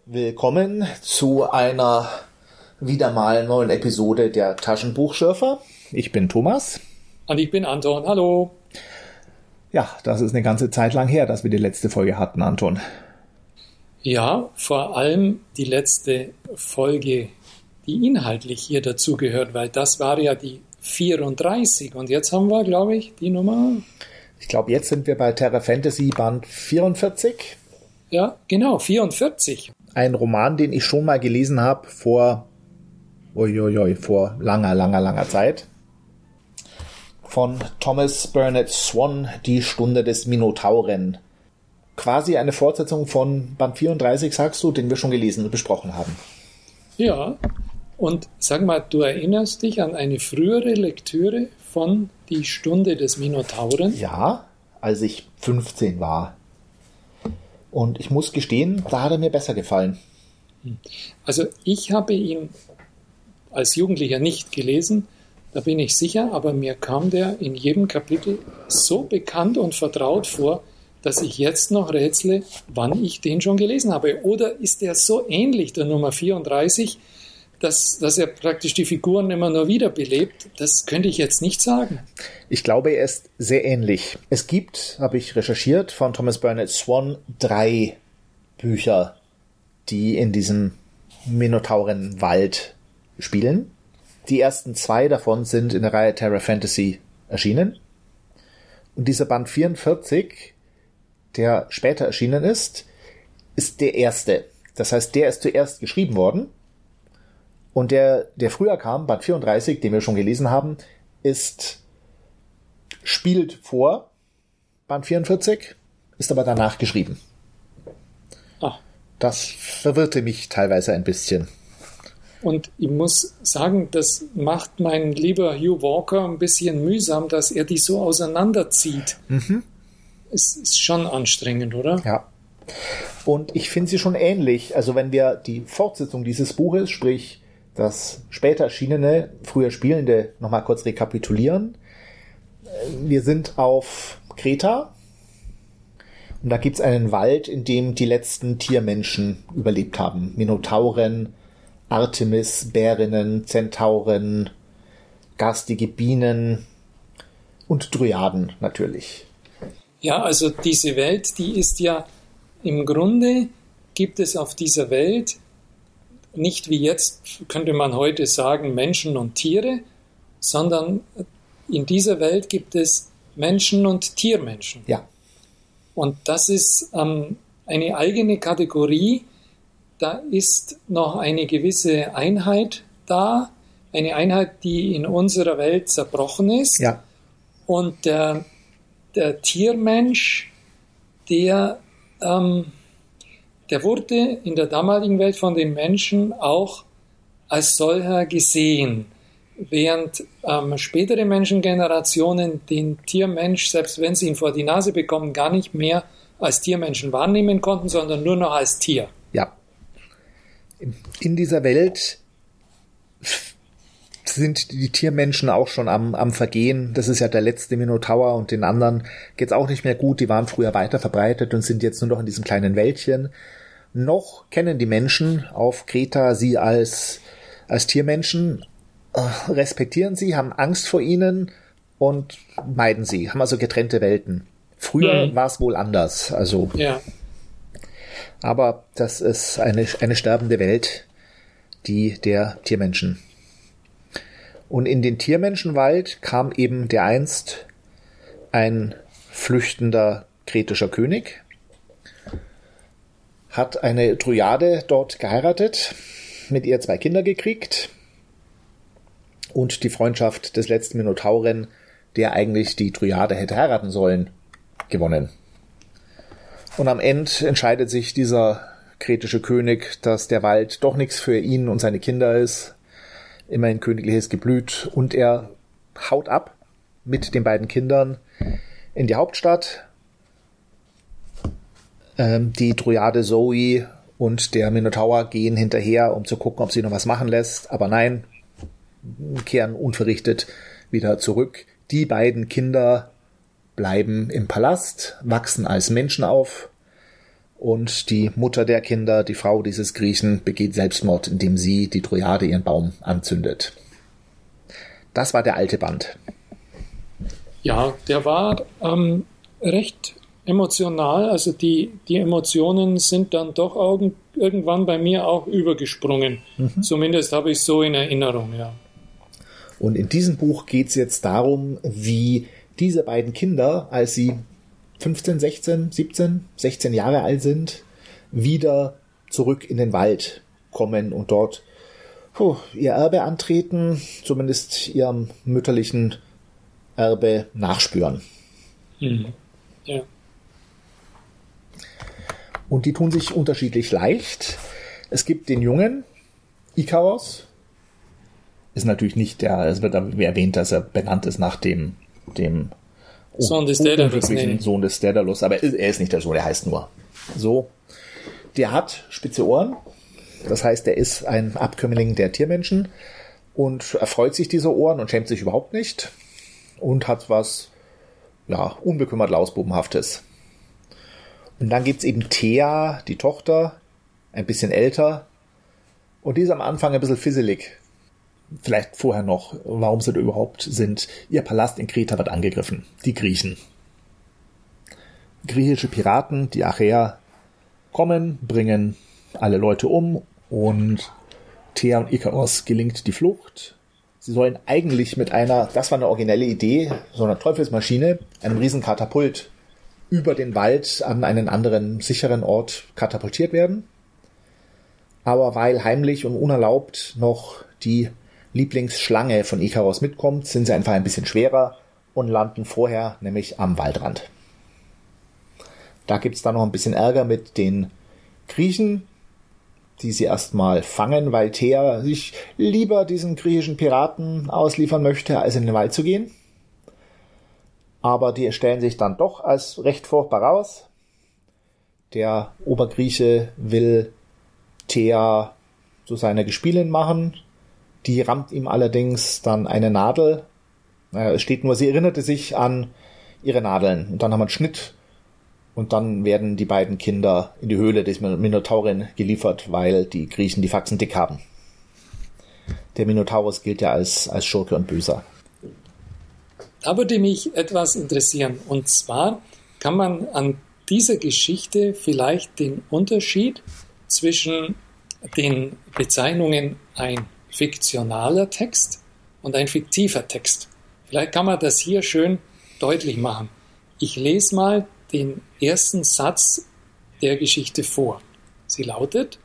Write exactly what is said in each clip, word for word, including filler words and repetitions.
Willkommen zu einer wieder mal neuen Episode der Taschenbuchschürfer. Ich bin Thomas. Und ich bin Anton. Hallo. Ja, das ist eine ganze Zeit lang her, dass wir die letzte Folge hatten, Anton. Ja, vor allem die letzte Folge, die inhaltlich hier dazugehört, weil das war ja die vierunddreißig und jetzt haben wir, glaube ich, die Nummer... Ich glaube, jetzt sind wir bei Terra Fantasy Band vierundvierzig. Ja, genau, vierundvierzig. Ein Roman, den ich schon mal gelesen habe vor, uiuiui, vor langer, langer, langer Zeit. Von Thomas Burnett Swan, Die Stunde des Minotauren. Quasi eine Fortsetzung von Band vierunddreißig, sagst du, den wir schon gelesen und besprochen haben. Ja, und sag mal, du erinnerst dich an eine frühere Lektüre von Die Stunde des Minotauren? Ja, als ich fünfzehn war. Und ich muss gestehen, da hat er mir besser gefallen. Also ich habe ihn als Jugendlicher nicht gelesen, da bin ich sicher, aber mir kam der in jedem Kapitel so bekannt und vertraut vor, dass ich jetzt noch rätsle, wann ich den schon gelesen habe. Oder ist der so ähnlich der Nummer vierunddreißig, dass, dass er praktisch die Figuren immer nur wiederbelebt? Das könnte ich jetzt nicht sagen. Ich glaube, er ist sehr ähnlich. Es gibt, habe ich recherchiert, von Thomas Burnett Swan drei Bücher, die in diesem Minotaurenwald spielen. Die ersten zwei davon sind in der Reihe Terra Fantasy erschienen. Und dieser Band vierundvierzig, der später erschienen ist, ist der erste. Das heißt, der ist zuerst geschrieben worden. Und der, der früher kam, Band vierunddreißig, den wir schon gelesen haben, ist, spielt vor Band vierundvierzig, ist aber danach geschrieben. Ah. Das verwirrte mich teilweise ein bisschen. Und ich muss sagen, das macht mein lieber Hugh Walker ein bisschen mühsam, dass er die so auseinanderzieht. Mhm. Es ist schon anstrengend, oder? Ja. Und ich finde sie schon ähnlich. Also wenn wir die Fortsetzung dieses Buches, sprich das später erschienene, früher Spielende, nochmal kurz rekapitulieren. Wir sind auf Kreta und da gibt es einen Wald, in dem die letzten Tiermenschen überlebt haben. Minotauren, Artemis, Bärinnen, Zentauren, garstige Bienen und Dryaden natürlich. Ja, also diese Welt, die ist ja im Grunde, gibt es auf dieser Welt nicht wie jetzt, könnte man heute sagen, Menschen und Tiere, sondern in dieser Welt gibt es Menschen und Tiermenschen. Ja. Und das ist ähm, eine eigene Kategorie. Da ist noch eine gewisse Einheit da, eine Einheit, die in unserer Welt zerbrochen ist. Ja. Und der, der Tiermensch, der... Ähm, Der wurde in der damaligen Welt von den Menschen auch als solcher gesehen, während ähm, spätere Menschengenerationen den Tiermensch, selbst wenn sie ihn vor die Nase bekommen, gar nicht mehr als Tiermenschen wahrnehmen konnten, sondern nur noch als Tier. Ja. In dieser Welt sind die Tiermenschen auch schon am, am Vergehen. Das ist ja der letzte Minotaur und den anderen geht's auch nicht mehr gut. Die waren früher weiter verbreitet und sind jetzt nur noch in diesem kleinen Wäldchen. Noch kennen die Menschen auf Kreta sie als, als Tiermenschen, äh, respektieren sie, haben Angst vor ihnen und meiden sie, haben also getrennte Welten. Früher mhm. war es wohl anders. Also, ja. Aber das ist eine, eine sterbende Welt, die der Tiermenschen. Und in den Tiermenschenwald kam eben dereinst ein flüchtender kretischer König, hat eine Dryade dort geheiratet, mit ihr zwei Kinder gekriegt und die Freundschaft des letzten Minotauren, der eigentlich die Dryade hätte heiraten sollen, gewonnen. Und am Ende entscheidet sich dieser kretische König, dass der Wald doch nichts für ihn und seine Kinder ist, immerhin königliches Geblüt, und er haut ab mit den beiden Kindern in die Hauptstadt. Ähm, die Dryade Zoe und der Minotaur gehen hinterher, um zu gucken, ob sie noch was machen lässt, aber nein, kehren unverrichtet wieder zurück. Die beiden Kinder bleiben im Palast, wachsen als Menschen auf Und die Mutter der Kinder, die Frau dieses Griechen, begeht Selbstmord, indem sie die Dryade ihren Baum anzündet. Das war der alte Band. Ja, der war ähm, recht emotional. Also die, die Emotionen sind dann doch auch irgendwann bei mir auch übergesprungen. Mhm. Zumindest habe ich so in Erinnerung, ja. Und in diesem Buch geht es jetzt darum, wie diese beiden Kinder, als sie fünfzehn, sechzehn, siebzehn, sechzehn Jahre alt sind, wieder zurück in den Wald kommen und dort puh, ihr Erbe antreten, zumindest ihrem mütterlichen Erbe nachspüren. Mhm. Ja. Und die tun sich unterschiedlich leicht. Es gibt den Jungen, Ikaros, ist natürlich nicht der, es wird erwähnt, dass er benannt ist nach dem, dem oh, Sohn des Daedalus, nee. Sohn des Daedalus, aber er ist nicht der Sohn, er heißt nur so. Der hat spitze Ohren, das heißt, er ist ein Abkömmling der Tiermenschen und erfreut sich dieser Ohren und schämt sich überhaupt nicht und hat was, ja, unbekümmert Lausbubenhaftes. Und dann gibt's eben Thea, die Tochter, ein bisschen älter und die ist am Anfang ein bisschen fisselig. Vielleicht vorher noch, warum sie da überhaupt sind. Ihr Palast in Kreta wird angegriffen. Die Griechen. Griechische Piraten, die Achäer, kommen, bringen alle Leute um und Thea und Ikaros gelingt die Flucht. Sie sollen eigentlich mit einer, das war eine originelle Idee, so einer Teufelsmaschine, einem riesen Katapult über den Wald an einen anderen sicheren Ort katapultiert werden. Aber weil heimlich und unerlaubt noch die Lieblingsschlange von Ikaros mitkommt, sind sie einfach ein bisschen schwerer und landen vorher nämlich am Waldrand. Da gibt es dann noch ein bisschen Ärger mit den Griechen, die sie erstmal fangen, weil Thea sich lieber diesen griechischen Piraten ausliefern möchte, als in den Wald zu gehen. Aber die stellen sich dann doch als recht furchtbar raus. Der Obergrieche will Thea zu seiner Gespielin machen. Die rammt ihm allerdings dann eine Nadel. Es steht nur, sie erinnerte sich an ihre Nadeln. Und dann haben wir einen Schnitt. Und dann werden die beiden Kinder in die Höhle des Minotauren geliefert, weil die Griechen die Faxen dick haben. Der Minotaurus gilt ja als, als Schurke und Böser. Da würde mich etwas interessieren. Und zwar kann man an dieser Geschichte vielleicht den Unterschied zwischen den Bezeichnungen ein fiktionaler Text und ein fiktiver Text. Vielleicht kann man das hier schön deutlich machen. Ich lese mal den ersten Satz der Geschichte vor. Sie lautet: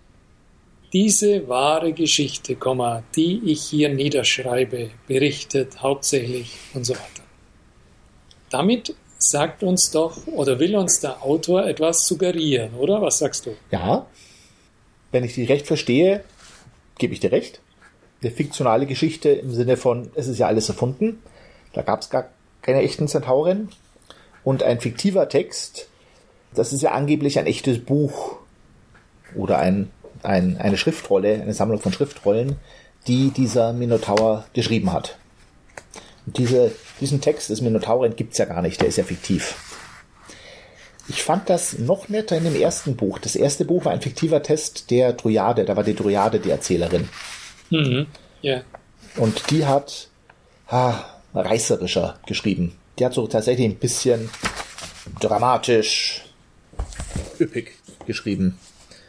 Diese wahre Geschichte, die ich hier niederschreibe, berichtet hauptsächlich und so weiter. Damit sagt uns doch oder will uns der Autor etwas suggerieren, oder? Was sagst du? Ja, wenn ich dich recht verstehe, gebe ich dir recht. Eine fiktionale Geschichte im Sinne von, es ist ja alles erfunden. Da gab es gar keine echten Zentauren. Und ein fiktiver Text, das ist ja angeblich ein echtes Buch oder ein, ein, eine Schriftrolle, eine Sammlung von Schriftrollen, die dieser Minotaur geschrieben hat. Und diese, diesen Text des Minotauren gibt es ja gar nicht, der ist ja fiktiv. Ich fand das noch netter in dem ersten Buch. Das erste Buch war ein fiktiver Test der Dryade, da war die Dryade die Erzählerin. Mhm. Yeah. Und die hat ah, reißerischer geschrieben. Die hat so tatsächlich ein bisschen dramatisch, üppig geschrieben.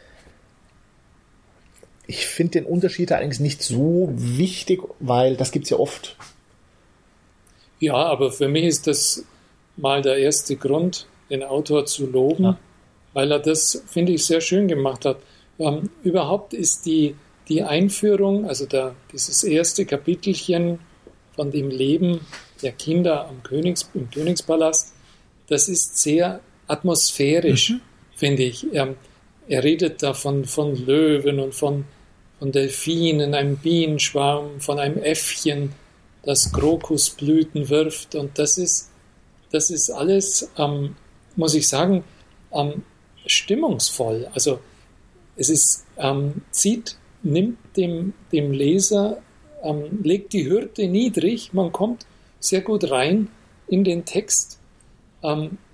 Ich finde den Unterschied allerdings nicht so wichtig, weil das gibt es ja oft. Ja, aber für mich ist das mal der erste Grund, den Autor zu loben, ja. Weil er das, finde ich, sehr schön gemacht hat. Ähm, überhaupt ist die, die Einführung, also der, dieses erste Kapitelchen von dem Leben der Kinder am Königs, im Königspalast, das ist sehr atmosphärisch, mhm. finde ich. Er, er redet da von, von Löwen und von, von Delfinen, einem Bienenschwarm, von einem Äffchen, das Krokusblüten wirft. Und das ist, das ist alles, ähm, muss ich sagen, ähm, stimmungsvoll. Also es ist, ähm, zieht, nimmt dem, dem Leser, ähm, legt die Hürde niedrig, man kommt sehr gut rein in den Text. Ähm,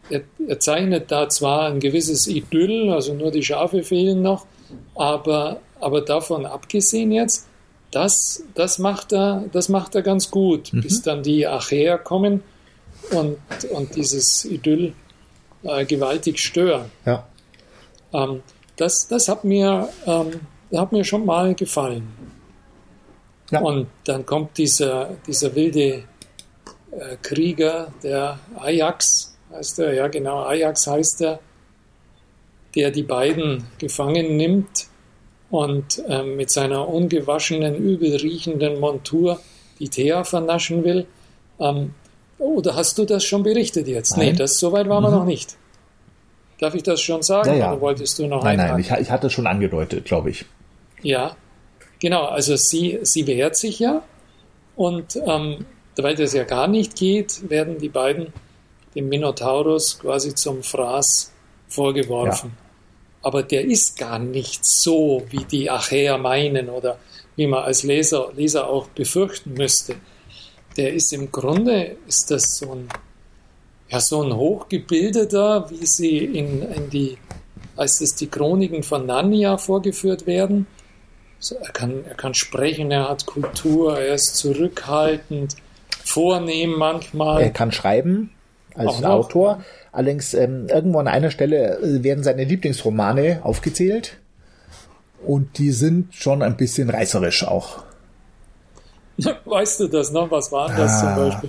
er, er zeichnet da zwar ein gewisses Idyll, also nur die Schafe fehlen noch, aber, aber davon abgesehen jetzt, das, das, macht er, das macht er ganz gut, mhm. bis dann die Achäer kommen und, und dieses Idyll äh, gewaltig stören. Ja. Ähm, das das hat, mir, ähm, hat mir schon mal gefallen. Ja. Und dann kommt dieser, dieser wilde äh, Krieger, der Ajax heißt er, ja genau, Ajax heißt er, der die beiden gefangen nimmt und äh, mit seiner ungewaschenen, übelriechenden Montur die Thea vernaschen will. Ähm, oder hast du das schon berichtet jetzt? Nein. Nee, das, so weit waren wir mhm. noch nicht. Darf ich das schon sagen? Ja, ja. Oder wolltest du noch Nein, einhaken? nein, ich, ich hatte schon angedeutet, glaube ich. Ja, genau. Also sie, sie wehrt sich ja und ähm, weil das ja gar nicht geht, werden die beiden dem Minotaurus quasi zum Fraß vorgeworfen. Ja. Aber der ist gar nicht so, wie die Achäer meinen oder wie man als Leser, Leser auch befürchten müsste. Der ist im Grunde, ist das so ein, ja, so ein Hochgebildeter, wie sie in, in die, heißt es, die Chroniken von Narnia vorgeführt werden. So, er kann, er kann sprechen, er hat Kultur, er ist zurückhaltend, vornehm manchmal. Er kann schreiben als Autor. Allerdings ähm, irgendwo an einer Stelle werden seine Lieblingsromane aufgezählt und die sind schon ein bisschen reißerisch auch. Weißt du das noch? Was war das ah. zum Beispiel?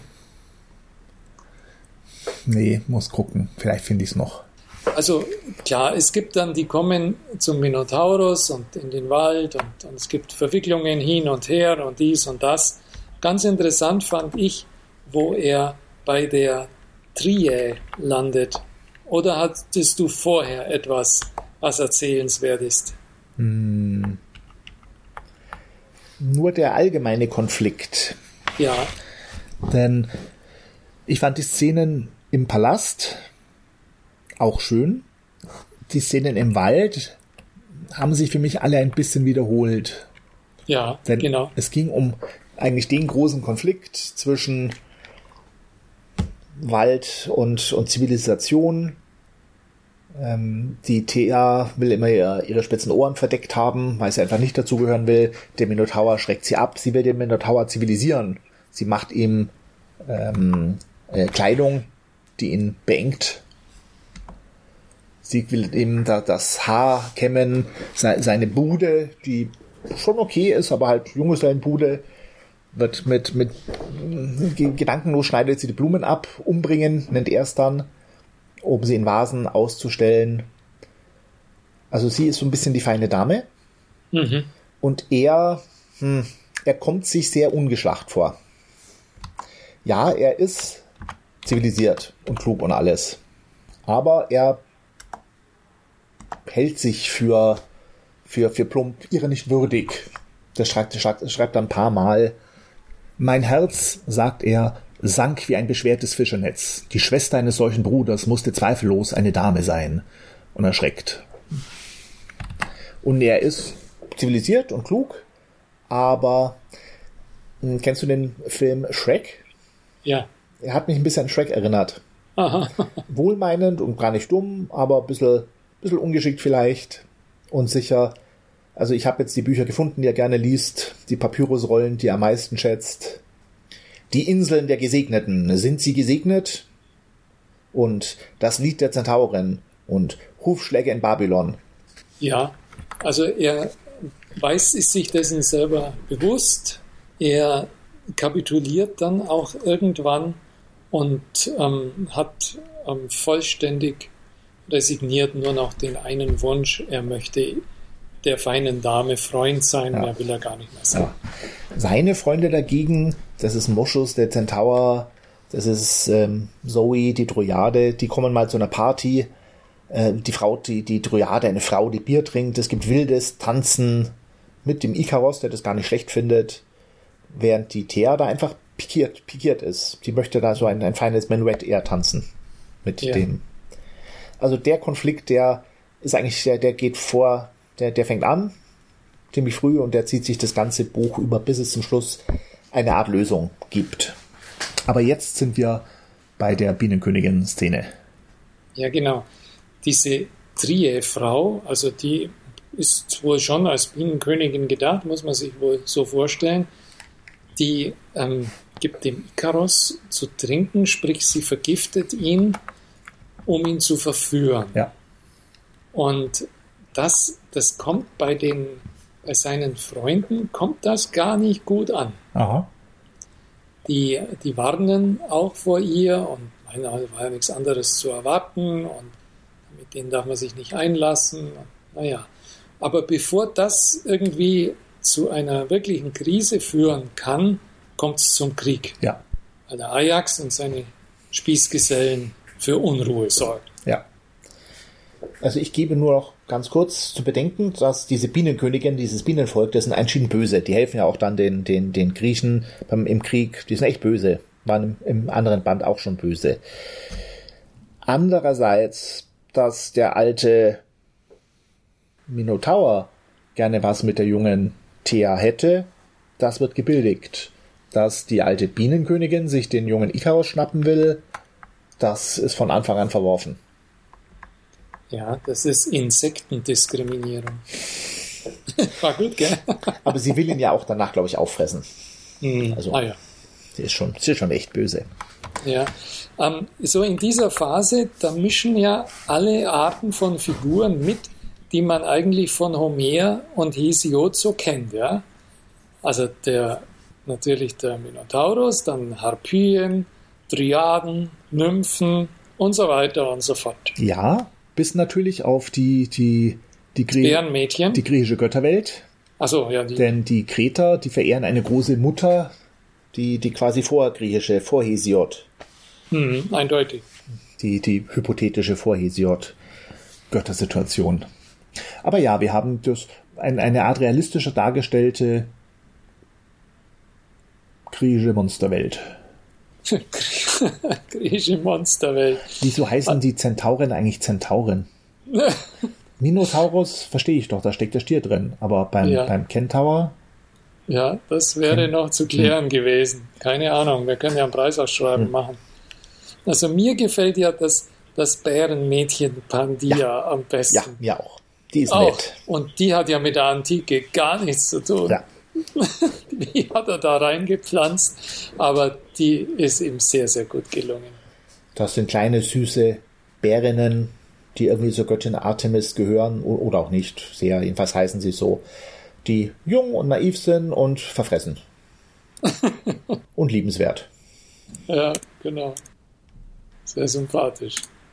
Nee, muss gucken. Vielleicht finde ich es noch. Also klar, es gibt dann, die kommen zum Minotaurus und in den Wald und, und es gibt Verwicklungen hin und her und dies und das. Ganz interessant fand ich, wo er bei der Triae landet. Oder hattest du vorher etwas, was erzählenswert ist? Hm. Nur der allgemeine Konflikt. Ja. Denn ich fand die Szenen im Palast auch schön. Die Szenen im Wald haben sich für mich alle ein bisschen wiederholt. Ja, Denn genau. Es ging um eigentlich den großen Konflikt zwischen Wald und, und Zivilisation. Ähm, die Thea will immer ihre, ihre spitzen Ohren verdeckt haben, weil sie einfach nicht dazugehören will. Der Minotaur schreckt sie ab. Sie will den Minotaur zivilisieren. Sie macht ihm ähm, äh, Kleidung, die ihn beengt. Sie will ihm da das Haar kämmen. Se- seine Bude, die schon okay ist, aber halt Junggesellenbude, wird mit, mit gedankenlos schneidet sie die Blumen ab, umbringen, nennt er es dann, um sie in Vasen auszustellen. Also sie ist so ein bisschen die feine Dame. Mhm. Und er, hm, er kommt sich sehr ungeschlacht vor. Ja, er ist zivilisiert und klug und alles. Aber er hält sich für, für, für plump, ihre nicht würdig. Das schreibt, schreibt, schreibt er ein paar Mal. Mein Herz, sagt er, sank wie ein beschwertes Fischernetz. Die Schwester eines solchen Bruders musste zweifellos eine Dame sein. Und erschreckt. Und er ist zivilisiert und klug, aber mh, kennst du den Film Shrek? Ja. Er hat mich ein bisschen an Shrek erinnert. Aha. Wohlmeinend und gar nicht dumm, aber ein bisschen, bisschen ungeschickt vielleicht und sicher. Also ich habe jetzt die Bücher gefunden, die er gerne liest, die Papyrusrollen, die er am meisten schätzt. Die Inseln der Gesegneten, sind sie gesegnet? Und das Lied der Zentauren und Hufschläge in Babylon. Ja, also er weiß, ist sich dessen selber bewusst. Er kapituliert dann auch irgendwann und ähm, hat ähm, vollständig resigniert nur noch den einen Wunsch, er möchte der feinen Dame Freund sein, ja. Mehr will er gar nicht mehr sein. Ja. Seine Freunde dagegen, das ist Moschus, der Zentaur, das ist ähm, Zoe, die Dryade, die kommen mal zu einer Party. Äh, die Frau, die, die Dryade, eine Frau, die Bier trinkt. Es gibt wildes Tanzen mit dem Ikaros, der das gar nicht schlecht findet, während die Thea da einfach pikiert, pikiert ist. Die möchte da so ein, ein feines Menuett eher tanzen mit ja. dem. Also der Konflikt, der ist eigentlich, der, der geht vor, der, der fängt an, ziemlich früh, und der zieht sich das ganze Buch über, bis es zum Schluss eine Art Lösung gibt. Aber jetzt sind wir bei der Bienenkönigin-Szene. Ja, genau. Diese Trier-Frau, also die ist wohl schon als Bienenkönigin gedacht, muss man sich wohl so vorstellen. Die ähm, gibt dem Ikaros zu trinken, sprich sie vergiftet ihn, um ihn zu verführen. Ja. Und das, das kommt bei den, bei seinen Freunden, kommt das gar nicht gut an. Aha. Die, die warnen auch vor ihr und meinen, es war ja nichts anderes zu erwarten und mit denen darf man sich nicht einlassen. Naja, aber bevor das irgendwie zu einer wirklichen Krise führen kann, kommt es zum Krieg. Ja. Weil der Ajax und seine Spießgesellen für Unruhe sorgen. Ja. Also ich gebe nur noch ganz kurz zu bedenken, dass diese Bienenkönigin, dieses Bienenvolk, das sind entschieden böse. Die helfen ja auch dann den, den, den Griechen beim, im Krieg. Die sind echt böse. Waren im, im anderen Band auch schon böse. Andererseits, dass der alte Minotaur gerne was mit der jungen Thea hätte, das wird gebilligt. Dass die alte Bienenkönigin sich den jungen Ikaros schnappen will, das ist von Anfang an verworfen. Ja, das ist Insektendiskriminierung. War gut, gell? Aber sie will ihn ja auch danach, glaube ich, auffressen. Hm. Also, ah, ja. sie ist schon, sie ist schon echt böse. Ja, ähm, so in dieser Phase, da mischen ja alle Arten von Figuren mit, die man eigentlich von Homer und Hesiod so kennt, ja. Also der, natürlich der Minotaurus, dann Harpyen, Dryaden, Nymphen und so weiter und so fort. Ja, bis natürlich auf die, die, die, Grie- Bärenmädchen. die griechische Götterwelt. Achso, ja, die. Denn die Kreter, die verehren eine große Mutter, die, die quasi vorgriechische, vor Hesiod. Hm, eindeutig. Die, die hypothetische vor Hesiod-Göttersituation. Aber ja, wir haben das, ein, eine Art realistischer dargestellte griechische Monsterwelt. Griechische Monsterwelt. Wieso heißen die Zentauren eigentlich Zentauren? Minotaurus verstehe ich doch, da steckt der Stier drin. Aber beim, Ja. beim Kentaur, Ja, das wäre Ken- noch zu klären gewesen. Keine Ahnung, wir können ja ein Preisausschreiben Hm. machen. Also mir gefällt ja das, das Bärenmädchen Pandia am besten. ja, mir auch. Die ist Auch. nett. Und die hat ja mit der Antike gar nichts zu tun. Ja. Die hat er da reingepflanzt, aber die ist ihm sehr, sehr gut gelungen. Das sind kleine, süße Bärinnen, die irgendwie zur Göttin Artemis gehören o- oder auch nicht. Sehr, jedenfalls heißen sie so. Die jung und naiv sind und verfressen. Und liebenswert. Ja, genau. Sehr sympathisch.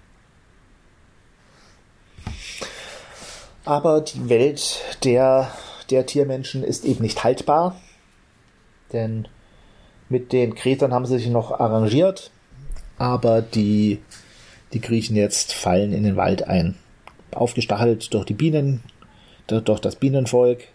Aber die Welt der, der Tiermenschen ist eben nicht haltbar. Denn mit den Kretern haben sie sich noch arrangiert. Aber die, die Griechen jetzt fallen in den Wald ein. Aufgestachelt durch die Bienen, durch das Bienenvolk.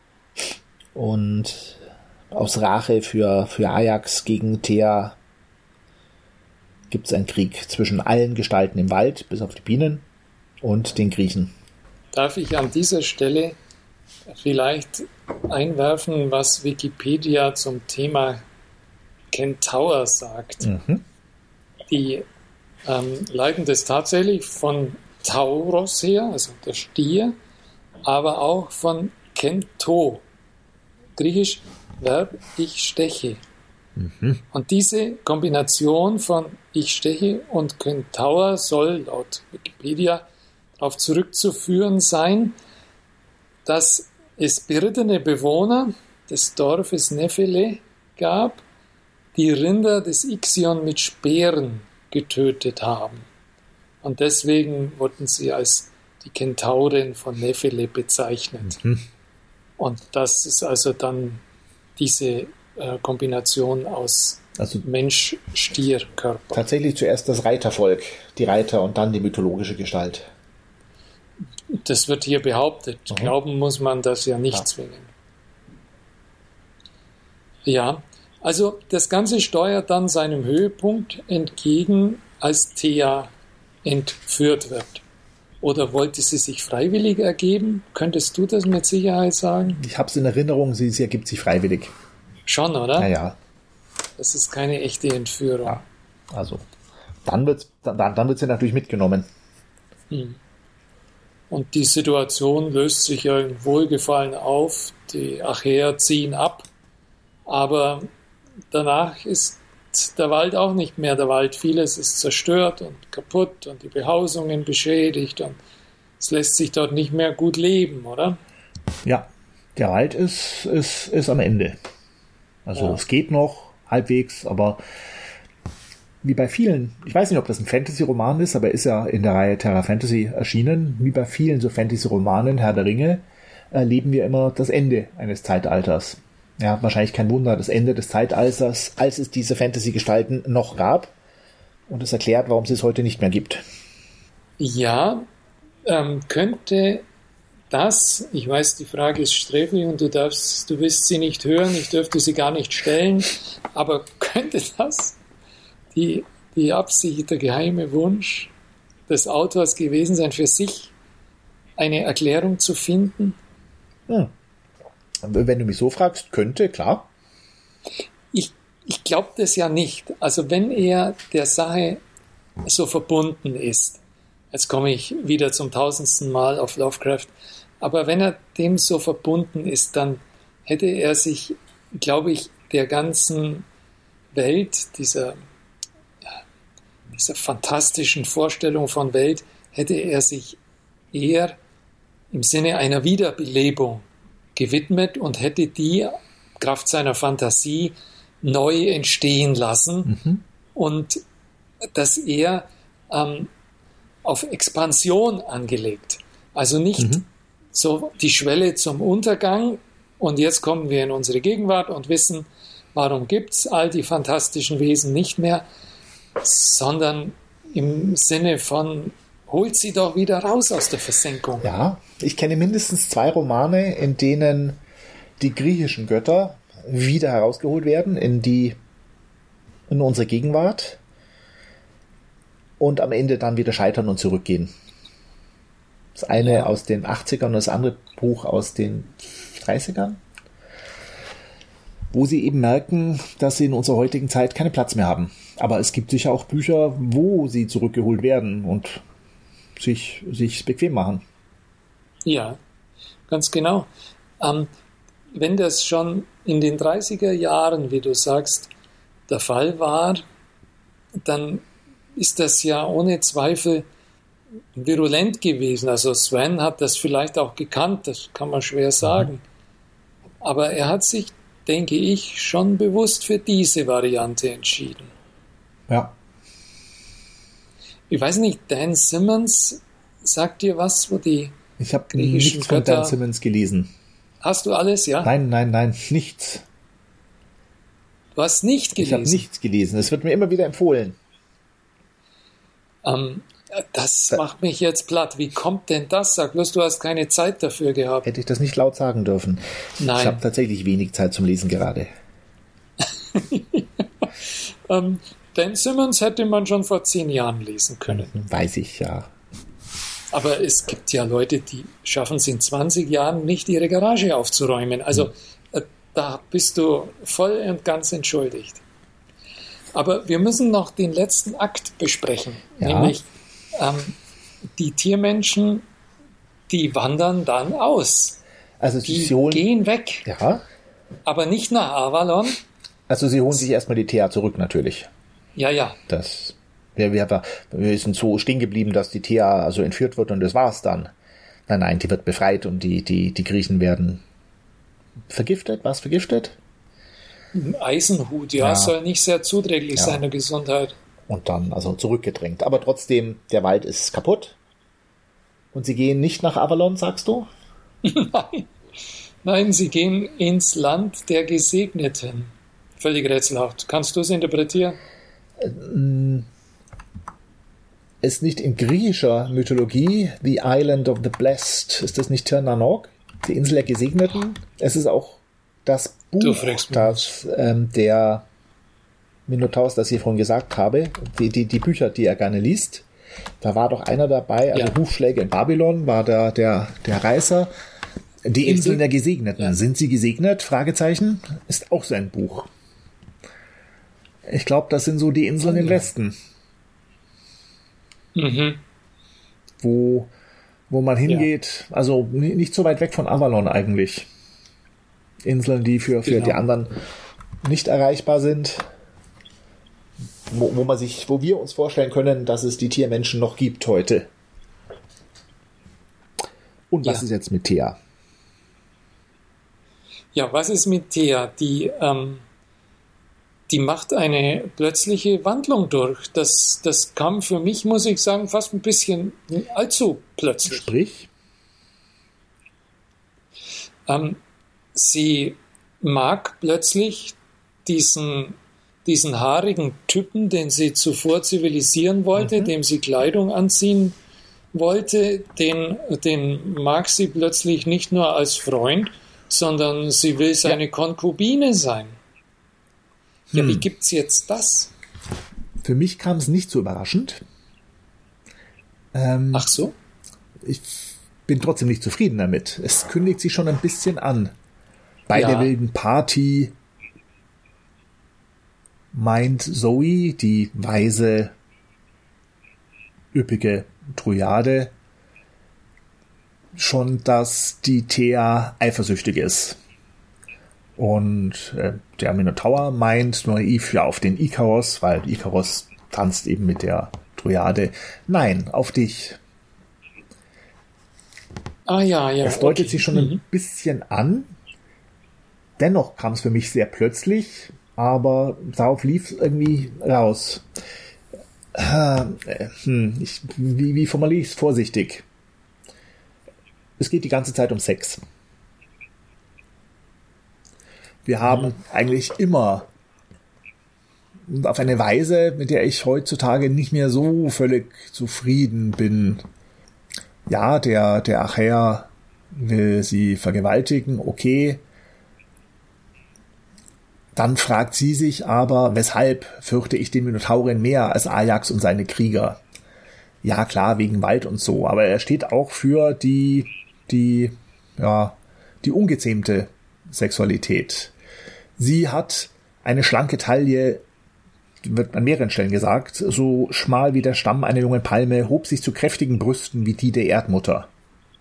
Und aus Rache für, für Ajax gegen Thea gibt es einen Krieg zwischen allen Gestalten im Wald, bis auf die Bienen, und den Griechen. Darf ich an dieser Stelle vielleicht einwerfen, was Wikipedia zum Thema Kentaur sagt? Mhm. Die ähm, leiten das tatsächlich von Tauros her, also der Stier, aber auch von Kento, griechisch Verb ich steche. Mhm. Und diese Kombination von ich steche und Kentaur soll laut Wikipedia darauf zurückzuführen sein, dass es berittene Bewohner des Dorfes Nephele gab, die Rinder des Ixion mit Speeren getötet haben. Und deswegen wurden sie als die Kentauren von Nephele bezeichnet. Mhm. Und das ist also dann diese äh, Kombination aus Also Mensch-Stier-Körper. tatsächlich zuerst das Reitervolk, die Reiter und dann die mythologische Gestalt. Das wird hier behauptet. Mhm. Glauben muss man das ja nicht Ja. zwingen. Ja, also das Ganze steuert dann seinem Höhepunkt entgegen, als Thea entführt wird. Oder wollte sie sich freiwillig ergeben? Könntest du das mit Sicherheit sagen? Ich habe es in Erinnerung, sie, sie ergibt sich freiwillig. Schon, oder? Naja, Das ist keine echte Entführung. ja. Also, dann wird dann, dann wird sie natürlich mitgenommen. Und die Situation löst sich ja in Wohlgefallen auf. Die Achäer ziehen ab, aber danach ist der Wald auch nicht mehr der Wald. Vieles ist zerstört und kaputt und die Behausungen beschädigt und es lässt sich dort nicht mehr gut leben, oder? Ja, der Wald ist, ist, ist am Ende. Also ja. Es geht noch halbwegs, aber wie bei vielen, ich weiß nicht, ob das ein Fantasy-Roman ist, aber ist ja in der Reihe Terra Fantasy erschienen, wie bei vielen so Fantasy-Romanen, Herr der Ringe, erleben wir immer das Ende eines Zeitalters. Ja, wahrscheinlich kein Wunder, das Ende des Zeitalters, als es diese Fantasy-Gestalten noch gab. Und es erklärt, warum es es heute nicht mehr gibt. Ja, ähm, könnte das, ich weiß, die Frage ist sträflich und du darfst, du wirst sie nicht hören, ich dürfte sie gar nicht stellen, aber könnte das die, die Absicht, der geheime Wunsch des Autors gewesen sein, für sich eine Erklärung zu finden? Hm. Wenn du mich so fragst, könnte, klar. Ich, ich glaube das ja nicht. Also wenn er der Sache so verbunden ist, jetzt komme ich wieder zum tausendsten Mal auf Lovecraft, aber wenn er dem so verbunden ist, dann hätte er sich, glaube ich, der ganzen Welt, dieser, dieser fantastischen Vorstellung von Welt, hätte er sich eher im Sinne einer Wiederbelebung gewidmet und hätte die Kraft seiner Fantasie neu entstehen lassen mhm. und dass er ähm, auf Expansion angelegt. Also nicht mhm. so die Schwelle zum Untergang und jetzt kommen wir in unsere Gegenwart und wissen, warum gibt es all die fantastischen Wesen nicht mehr, sondern im Sinne von holt sie doch wieder raus aus der Versenkung. Ja, ich kenne mindestens zwei Romane, in denen die griechischen Götter wieder herausgeholt werden in die in unsere Gegenwart und am Ende dann wieder scheitern und zurückgehen. Das eine ja. aus den achtzigern und das andere Buch aus den dreißigern, wo sie eben merken, dass sie in unserer heutigen Zeit keinen Platz mehr haben. Aber es gibt sicher auch Bücher, wo sie zurückgeholt werden und sich, sich bequem machen. Ja, ganz genau. Ähm, wenn das schon in den dreißiger Jahren, wie du sagst, der Fall war, dann ist das ja ohne Zweifel virulent gewesen. Also Sven hat das vielleicht auch gekannt, das kann man schwer sagen. Mhm. Aber er hat sich, denke ich, schon bewusst für diese Variante entschieden. Ja. Ich weiß nicht, Dan Simmons sagt dir was, wo die Ich habe nichts von Dan Simmons gelesen. Hast du alles, ja? Nein, nein, nein, nichts. Du hast nicht gelesen? Ich habe nichts gelesen. Es wird mir immer wieder empfohlen. Ähm, das da, macht mich jetzt platt. Wie kommt denn das? Sag bloß, du hast keine Zeit dafür gehabt. Hätte ich das nicht laut sagen dürfen. Nein. Ich habe tatsächlich wenig Zeit zum Lesen gerade. ähm, Dan Simmons hätte man schon vor zehn Jahren lesen können. Weiß ich, ja. Aber es gibt ja Leute, die schaffen es in zwanzig Jahren nicht, ihre Garage aufzuräumen. Also hm. da bist du voll und ganz entschuldigt. Aber wir müssen noch den letzten Akt besprechen. Ja. Nämlich ähm, die Tiermenschen, die wandern dann aus. Also die sie holen, gehen weg. Ja. Aber nicht nach Avalon. Also sie holen sich erstmal die Thea zurück natürlich. Ja, ja. Das, wir, wir, wir sind so stehen geblieben, dass die Thea also entführt wird und das war's dann. Nein, nein, die wird befreit und die, die, die Griechen werden vergiftet. Was vergiftet? Eisenhut, ja, ja, soll nicht sehr zuträglich ja. sein der Gesundheit. Und dann also zurückgedrängt. Aber trotzdem, der Wald ist kaputt. Und sie gehen nicht nach Avalon, sagst du? Nein. Nein, sie gehen ins Land der Gesegneten. Völlig rätselhaft. Kannst du es interpretieren? Ist nicht in griechischer Mythologie The Island of the Blessed, ist das nicht Tir na Nog, die Insel der Gesegneten? Es ist auch das Buch, das ähm, der Minotaurus, das ich vorhin gesagt habe, die, die, die Bücher, die er gerne liest. Da war doch einer dabei, also ja. Hufschläge in Babylon war der, der, der Reißer. Die Inseln der Gesegneten. Ja. Sind sie gesegnet? Fragezeichen. Ist auch sein Buch. Ich glaube, das sind so die Inseln oh, im ja. Westen. Mhm. wo, wo man hingeht. Ja. Also nicht so weit weg von Avalon eigentlich. Inseln, die für, für genau. die anderen nicht erreichbar sind. Wo, wo man sich, wo wir uns vorstellen können, dass es die Tiermenschen noch gibt heute. Und was ja. ist jetzt mit Thea? Ja, was ist mit Thea? Die, ähm, die macht eine plötzliche Wandlung durch. Das, das kam für mich, muss ich sagen, fast ein bisschen allzu plötzlich. Sprich? Ähm, sie mag plötzlich diesen, diesen haarigen Typen, den sie zuvor zivilisieren wollte, mhm. dem sie Kleidung anziehen wollte, den, den mag sie plötzlich nicht nur als Freund, sondern sie will seine ja. Konkubine sein. Ja, hm. wie gibt's jetzt das? Für mich kam es nicht so überraschend. Ähm, Ach so? Ich bin trotzdem nicht zufrieden damit. Es kündigt sich schon ein bisschen an. Bei ja. der wilden Party meint Zoe, die weise, üppige Dryade, schon, dass die Thea eifersüchtig ist. Und äh, der Minotaur meint naiv ja auf den Ikaros, weil Ikaros tanzt eben mit der Dryade. Nein, auf dich. Ah ja, ja. Das deutet okay. sich schon mhm. ein bisschen an. Dennoch kam es für mich sehr plötzlich, aber darauf lief es irgendwie raus. Äh, hm, ich, wie, wie formuliere ich es vorsichtig? Es geht die ganze Zeit um Sex. Wir haben eigentlich immer auf eine Weise, mit der ich heutzutage nicht mehr so völlig zufrieden bin. Ja, der, der Achäer will sie vergewaltigen, okay. Dann fragt sie sich aber, weshalb fürchte ich den Minotauren mehr als Ajax und seine Krieger? Ja, klar, wegen Wald und so, aber er steht auch für die, die, ja, die ungezähmte Sexualität. Sie hat eine schlanke Taille, wird an mehreren Stellen gesagt, so schmal wie der Stamm einer jungen Palme, hob sich zu kräftigen Brüsten wie die der Erdmutter.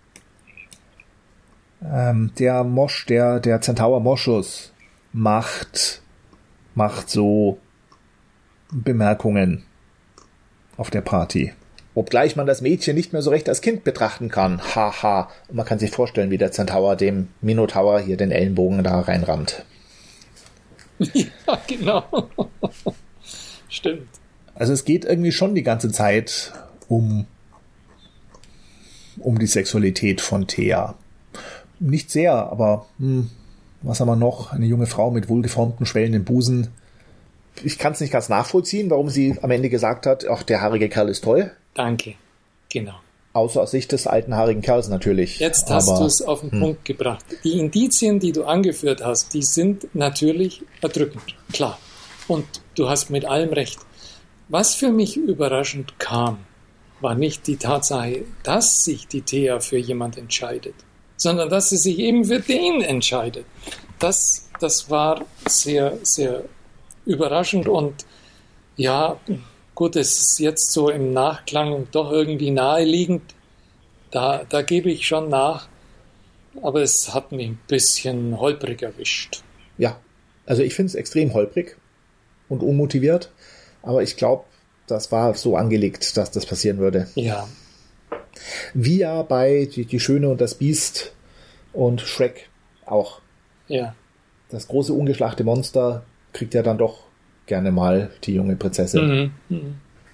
Ähm, der Mosch, der, der Zentaur Moschus macht, macht so Bemerkungen auf der Party. Obgleich man das Mädchen nicht mehr so recht als Kind betrachten kann. Haha. Und man kann sich vorstellen, wie der Zentaur dem Minotaur hier den Ellenbogen da reinrammt. Ja, genau. Stimmt. Also es geht irgendwie schon die ganze Zeit um, um die Sexualität von Thea. Nicht sehr, aber hm, was haben wir noch? Eine junge Frau mit wohlgeformten, schwellenden Busen. Ich kann es nicht ganz nachvollziehen, warum sie am Ende gesagt hat, ach, der haarige Kerl ist toll. Danke, genau. Außer aus Sicht des alten haarigen Kerls natürlich. Jetzt hast du es auf den hm. Punkt gebracht. Die Indizien, die du angeführt hast, die sind natürlich erdrückend, klar. Und du hast mit allem recht. Was für mich überraschend kam, war nicht die Tatsache, dass sich die Thea für jemand entscheidet, sondern dass sie sich eben für den entscheidet. Das, das war sehr, sehr überraschend und ja, gut, es ist jetzt so im Nachklang doch irgendwie naheliegend. Da, da gebe ich schon nach, aber es hat mich ein bisschen holprig erwischt. Ja, also ich finde es extrem holprig und unmotiviert, aber ich glaube, das war so angelegt, dass das passieren würde. Ja. Wie ja bei Die, die Schöne und das Biest und Shrek auch. Ja. Das große ungeschlachte Monster kriegt ja dann doch gerne mal die junge Prinzessin. Mhm. Mhm.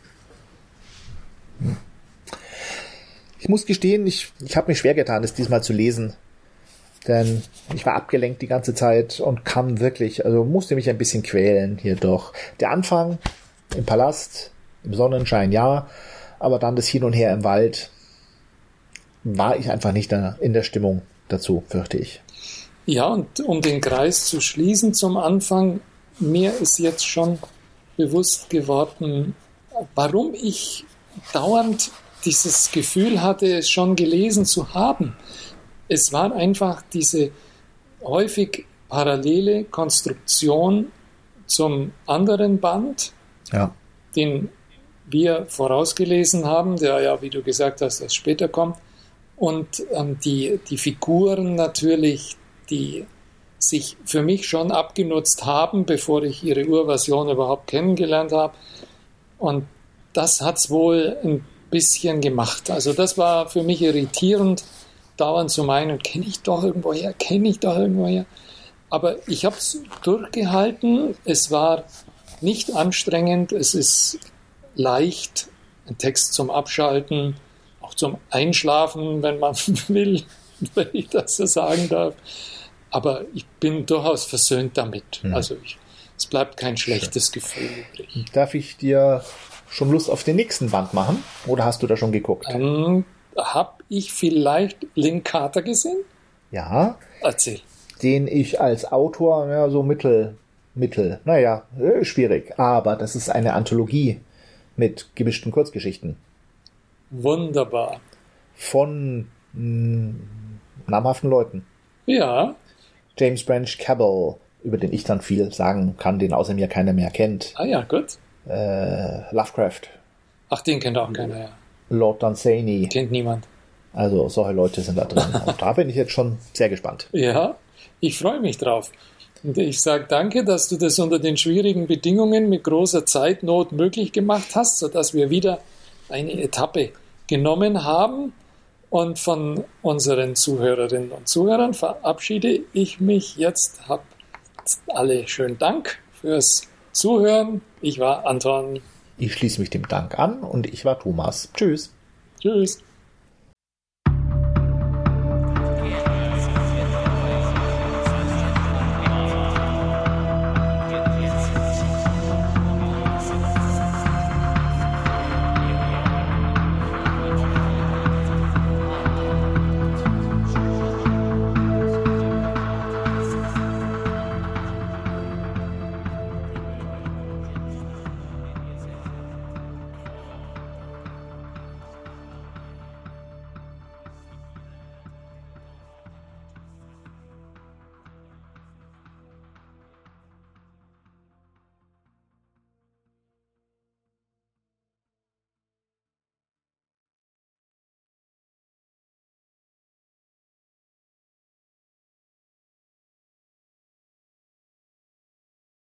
Ich muss gestehen, ich, ich habe mich schwer getan, das diesmal zu lesen. Denn ich war abgelenkt die ganze Zeit und kam wirklich, also musste mich ein bisschen quälen hier doch. Der Anfang im Palast, im Sonnenschein, ja, aber dann das Hin und Her im Wald, war ich einfach nicht in der Stimmung dazu, fürchte ich. Ja, und um den Kreis zu schließen zum Anfang, mir ist jetzt schon bewusst geworden, warum ich dauernd dieses Gefühl hatte, es schon gelesen zu haben. Es war einfach diese häufig parallele Konstruktion zum anderen Band, ja. den wir vorausgelesen haben, der ja, wie du gesagt hast, erst später kommt. Und ähm, die, die Figuren natürlich, die sich für mich schon abgenutzt haben, bevor ich ihre Urversion überhaupt kennengelernt habe. Und das hat es wohl ein bisschen gemacht. Also das war für mich irritierend, dauernd zu meinen, kenne ich doch irgendwoher, kenne ich doch irgendwoher. Aber ich habe es durchgehalten. Es war nicht anstrengend. Es ist leicht, ein Text zum Abschalten, auch zum Einschlafen, wenn man will, wenn ich das so sagen darf. Aber ich bin durchaus versöhnt damit. Hm. Also ich, es bleibt kein schlechtes Schön. Gefühl übrig. Darf ich dir schon Lust auf den nächsten Band machen? Oder hast du da schon geguckt? Ähm, Habe ich vielleicht Lynn Carter gesehen? Ja. Erzähl. Den ich als Autor, ja, so mittel, mittel, naja, äh, schwierig. Aber das ist eine Anthologie mit gemischten Kurzgeschichten. Wunderbar. Von mh, namhaften Leuten. Ja. James Branch Cabell, über den ich dann viel sagen kann, den außer mir keiner mehr kennt. Ah ja, gut. Äh, Lovecraft. Ach, den kennt auch keiner, ja. Lord Dunsany. Kennt niemand. Also solche Leute sind da drin. Und da bin ich jetzt schon sehr gespannt. Ja, ich freue mich drauf. Und ich sage danke, dass du das unter den schwierigen Bedingungen mit großer Zeitnot möglich gemacht hast, sodass wir wieder eine Etappe genommen haben. Und von unseren Zuhörerinnen und Zuhörern verabschiede ich mich jetzt. Habt alle schönen Dank fürs Zuhören. Ich war Anton. Ich schließe mich dem Dank an und ich war Thomas. Tschüss. Tschüss.